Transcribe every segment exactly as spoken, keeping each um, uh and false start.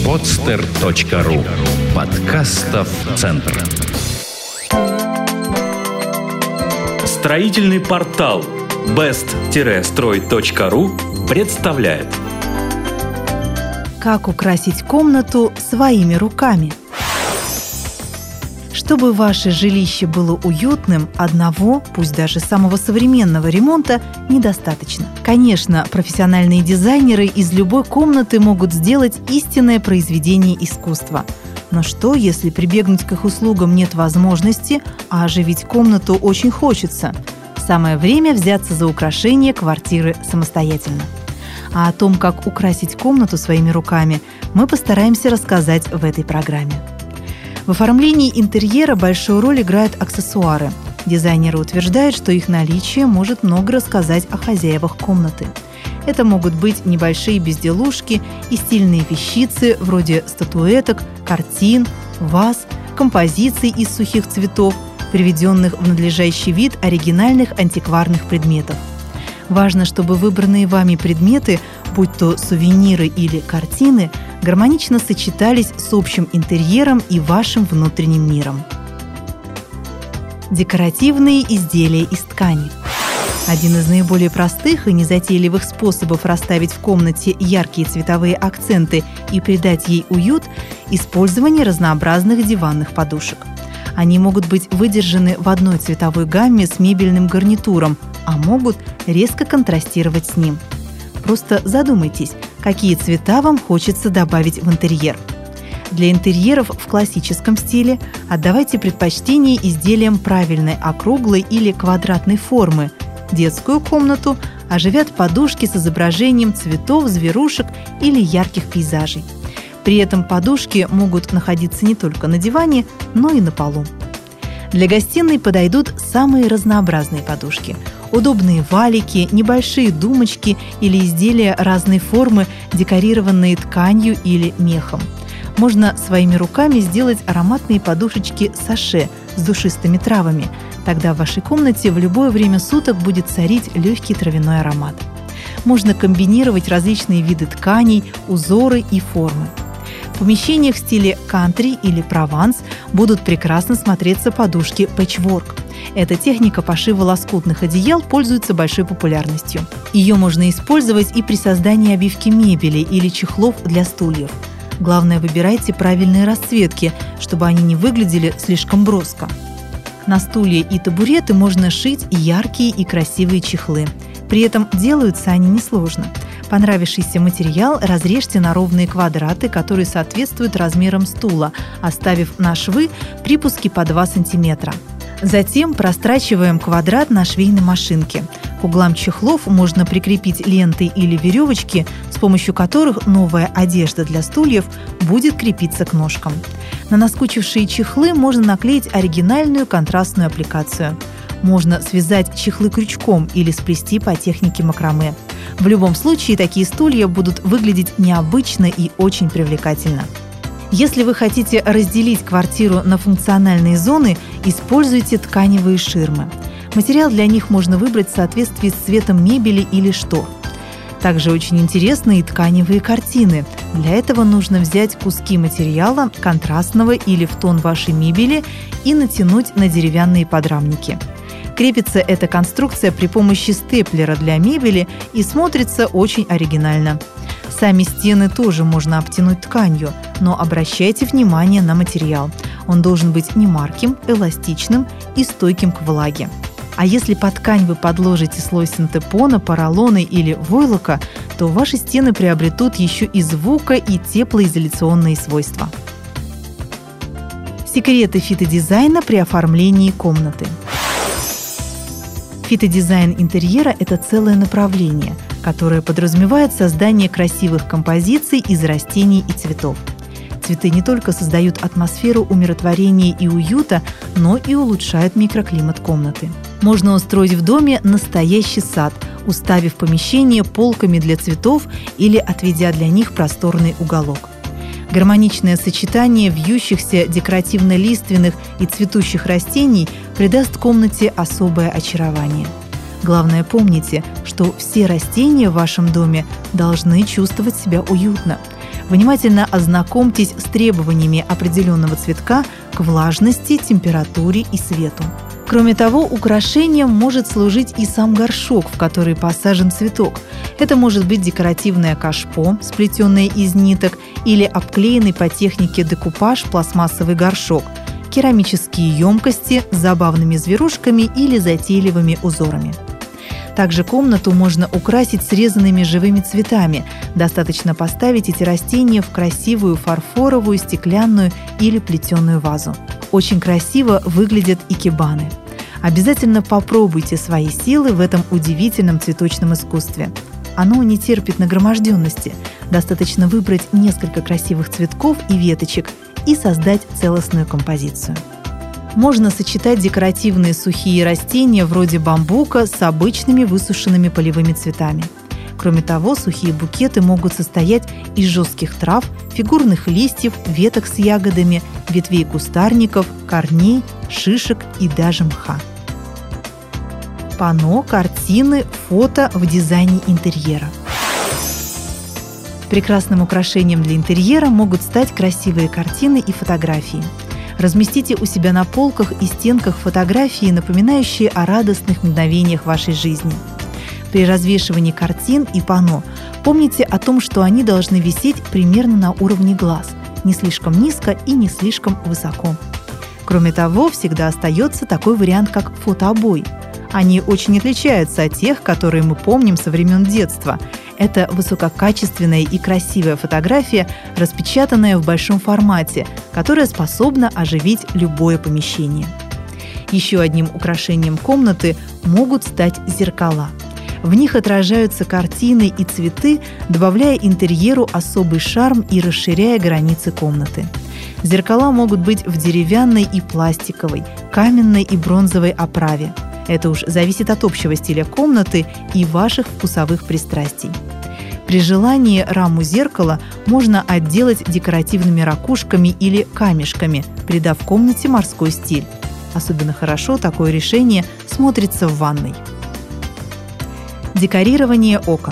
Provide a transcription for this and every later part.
подстер точка ру. Подкастов центр. Строительный портал бест строй точка ру представляет. Как украсить комнату своими руками? Чтобы ваше жилище было уютным, одного, пусть даже самого современного ремонта, недостаточно. Конечно, профессиональные дизайнеры из любой комнаты могут сделать истинное произведение искусства. Но что, если прибегнуть к их услугам нет возможности, а оживить комнату очень хочется? Самое время взяться за украшение квартиры самостоятельно. А о том, как украсить комнату своими руками, мы постараемся рассказать в этой программе. В оформлении интерьера большую роль играют аксессуары. Дизайнеры утверждают, что их наличие может много рассказать о хозяевах комнаты. Это могут быть небольшие безделушки и стильные вещицы вроде статуэток, картин, ваз, композиций из сухих цветов, приведенных в надлежащий вид оригинальных антикварных предметов. Важно, чтобы выбранные вами предметы, будь то сувениры или картины, гармонично сочетались с общим интерьером и вашим внутренним миром. Декоративные изделия из ткани. Один из наиболее простых и незатейливых способов расставить в комнате яркие цветовые акценты и придать ей уют – использование разнообразных диванных подушек. Они могут быть выдержаны в одной цветовой гамме с мебельным гарнитуром, а могут резко контрастировать с ним. Просто задумайтесь, какие цвета вам хочется добавить в интерьер. Для интерьеров в классическом стиле отдавайте предпочтение изделиям правильной округлой или квадратной формы. Детскую комнату оживят подушки с изображением цветов, зверушек или ярких пейзажей. При этом подушки могут находиться не только на диване, но и на полу. Для гостиной подойдут самые разнообразные подушки. Удобные валики, небольшие думочки или изделия разной формы, декорированные тканью или мехом. Можно своими руками сделать ароматные подушечки-саше с душистыми травами. Тогда в вашей комнате в любое время суток будет царить легкий травяной аромат. Можно комбинировать различные виды тканей, узоры и формы. В помещениях в стиле кантри или прованс будут прекрасно смотреться подушки пэтчворк. Эта техника пошива лоскутных одеял пользуется большой популярностью. Ее можно использовать и при создании обивки мебели или чехлов для стульев. Главное, выбирайте правильные расцветки, чтобы они не выглядели слишком броско. На стулья и табуреты можно шить яркие и красивые чехлы. При этом делаются они несложно. Понравившийся материал разрежьте на ровные квадраты, которые соответствуют размерам стула, оставив на швы припуски по два сантиметра. Затем прострачиваем квадрат на швейной машинке. К углам чехлов можно прикрепить ленты или веревочки, с помощью которых новая одежда для стульев будет крепиться к ножкам. На наскучившие чехлы можно наклеить оригинальную контрастную аппликацию. Можно связать чехлы крючком или сплести по технике макраме. В любом случае, такие стулья будут выглядеть необычно и очень привлекательно. Если вы хотите разделить квартиру на функциональные зоны, используйте тканевые ширмы. Материал для них можно выбрать в соответствии с цветом мебели или штор. Также очень интересны и тканевые картины. Для этого нужно взять куски материала, контрастного или в тон вашей мебели, и натянуть на деревянные подрамники. Крепится эта конструкция при помощи степлера для мебели и смотрится очень оригинально. Сами стены тоже можно обтянуть тканью, но обращайте внимание на материал. Он должен быть не марким, эластичным и стойким к влаге. А если под ткань вы подложите слой синтепона, поролона или войлока, то ваши стены приобретут еще и звуко- и теплоизоляционные свойства. Секреты фитодизайна при оформлении комнаты. Фитодизайн интерьера – это целое направление, которое подразумевает создание красивых композиций из растений и цветов. Цветы не только создают атмосферу умиротворения и уюта, но и улучшают микроклимат комнаты. Можно устроить в доме настоящий сад, уставив помещение полками для цветов или отведя для них просторный уголок. Гармоничное сочетание вьющихся декоративно-лиственных и цветущих растений придаст комнате особое очарование. Главное, помните, что все растения в вашем доме должны чувствовать себя уютно. Внимательно ознакомьтесь с требованиями определенного цветка к влажности, температуре и свету. Кроме того, украшением может служить и сам горшок, в который посажен цветок. Это может быть декоративное кашпо, сплетенное из ниток, или обклеенный по технике декупаж пластмассовый горшок, керамические емкости с забавными зверушками или затейливыми узорами. Также комнату можно украсить срезанными живыми цветами. Достаточно поставить эти растения в красивую фарфоровую, стеклянную или плетеную вазу. Очень красиво выглядят икебаны. Обязательно попробуйте свои силы в этом удивительном цветочном искусстве. Оно не терпит нагроможденности. Достаточно выбрать несколько красивых цветков и веточек и создать целостную композицию. Можно сочетать декоративные сухие растения вроде бамбука с обычными высушенными полевыми цветами. Кроме того, сухие букеты могут состоять из жестких трав, фигурных листьев, веток с ягодами, ветвей кустарников, корней, шишек и даже мха. Панно, картины, фото в дизайне интерьера. Прекрасным украшением для интерьера могут стать красивые картины и фотографии. Разместите у себя на полках и стенках фотографии, напоминающие о радостных мгновениях вашей жизни. При развешивании картин и панно помните о том, что они должны висеть примерно на уровне глаз, не слишком низко и не слишком высоко. Кроме того, всегда остается такой вариант, как фотообои. Они очень отличаются от тех, которые мы помним со времен детства. Это высококачественная и красивая фотография, распечатанная в большом формате, которая способна оживить любое помещение. Еще одним украшением комнаты могут стать зеркала. В них отражаются картины и цветы, добавляя интерьеру особый шарм и расширяя границы комнаты. Зеркала могут быть в деревянной и пластиковой, каменной и бронзовой оправе. Это уж зависит от общего стиля комнаты и ваших вкусовых пристрастий. При желании раму зеркала можно отделать декоративными ракушками или камешками, придав комнате морской стиль. Особенно хорошо такое решение смотрится в ванной. Декорирование окон.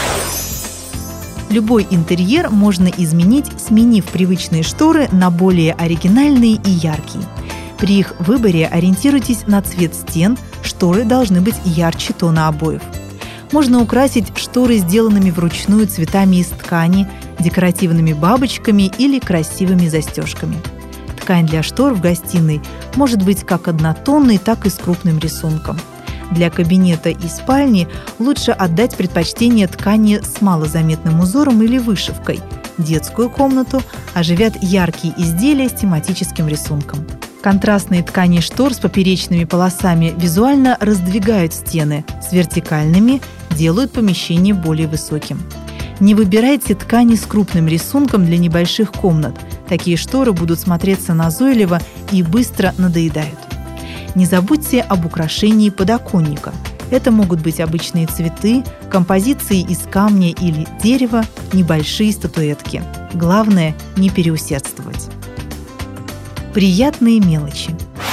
Любой интерьер можно изменить, сменив привычные шторы на более оригинальные и яркие. При их выборе ориентируйтесь на цвет стен, шторы должны быть ярче тона обоев. Можно украсить шторы сделанными вручную цветами из ткани, декоративными бабочками или красивыми застежками. Ткань для штор в гостиной может быть как однотонной, так и с крупным рисунком. Для кабинета и спальни лучше отдать предпочтение ткани с малозаметным узором или вышивкой. Детскую комнату оживят яркие изделия с тематическим рисунком. Контрастные ткани штор с поперечными полосами визуально раздвигают стены, с вертикальными делают помещение более высоким. Не выбирайте ткани с крупным рисунком для небольших комнат. Такие шторы будут смотреться назойливо и быстро надоедают. Не забудьте об украшении подоконника. Это могут быть обычные цветы, композиции из камня или дерева, небольшие статуэтки. Главное – не переусердствовать. Приятные мелочи.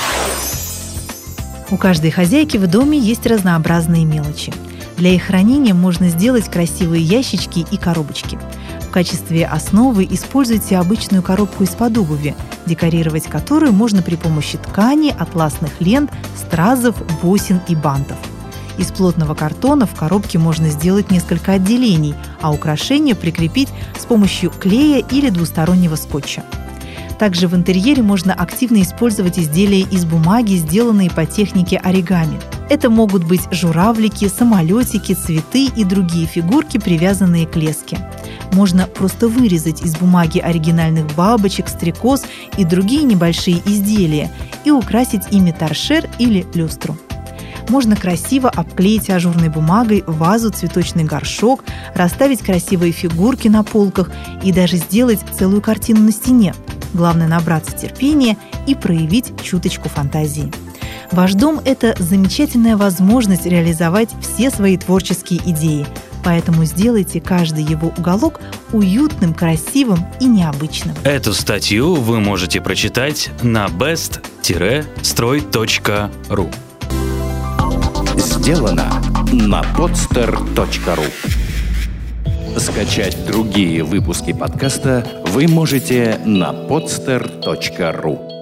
У каждой хозяйки в доме есть разнообразные мелочи. Для их хранения можно сделать красивые ящички и коробочки. В качестве основы используйте обычную коробку из-под обуви, декорировать которую можно при помощи ткани, атласных лент, стразов, бусин и бантов. Из плотного картона в коробке можно сделать несколько отделений, а украшения прикрепить с помощью клея или двустороннего скотча. Также в интерьере можно активно использовать изделия из бумаги, сделанные по технике оригами. Это могут быть журавлики, самолетики, цветы и другие фигурки, привязанные к леске. Можно просто вырезать из бумаги оригинальных бабочек, стрекоз и другие небольшие изделия и украсить ими торшер или люстру. Можно красиво обклеить ажурной бумагой вазу, цветочный горшок, расставить красивые фигурки на полках и даже сделать целую картину на стене. Главное – набраться терпения и проявить чуточку фантазии. Ваш дом – это замечательная возможность реализовать все свои творческие идеи, поэтому сделайте каждый его уголок уютным, красивым и необычным. Эту статью вы можете прочитать на бест строй точка ру. Сделано на подстер точка ру. Скачать другие выпуски подкаста вы можете на podster точка ру.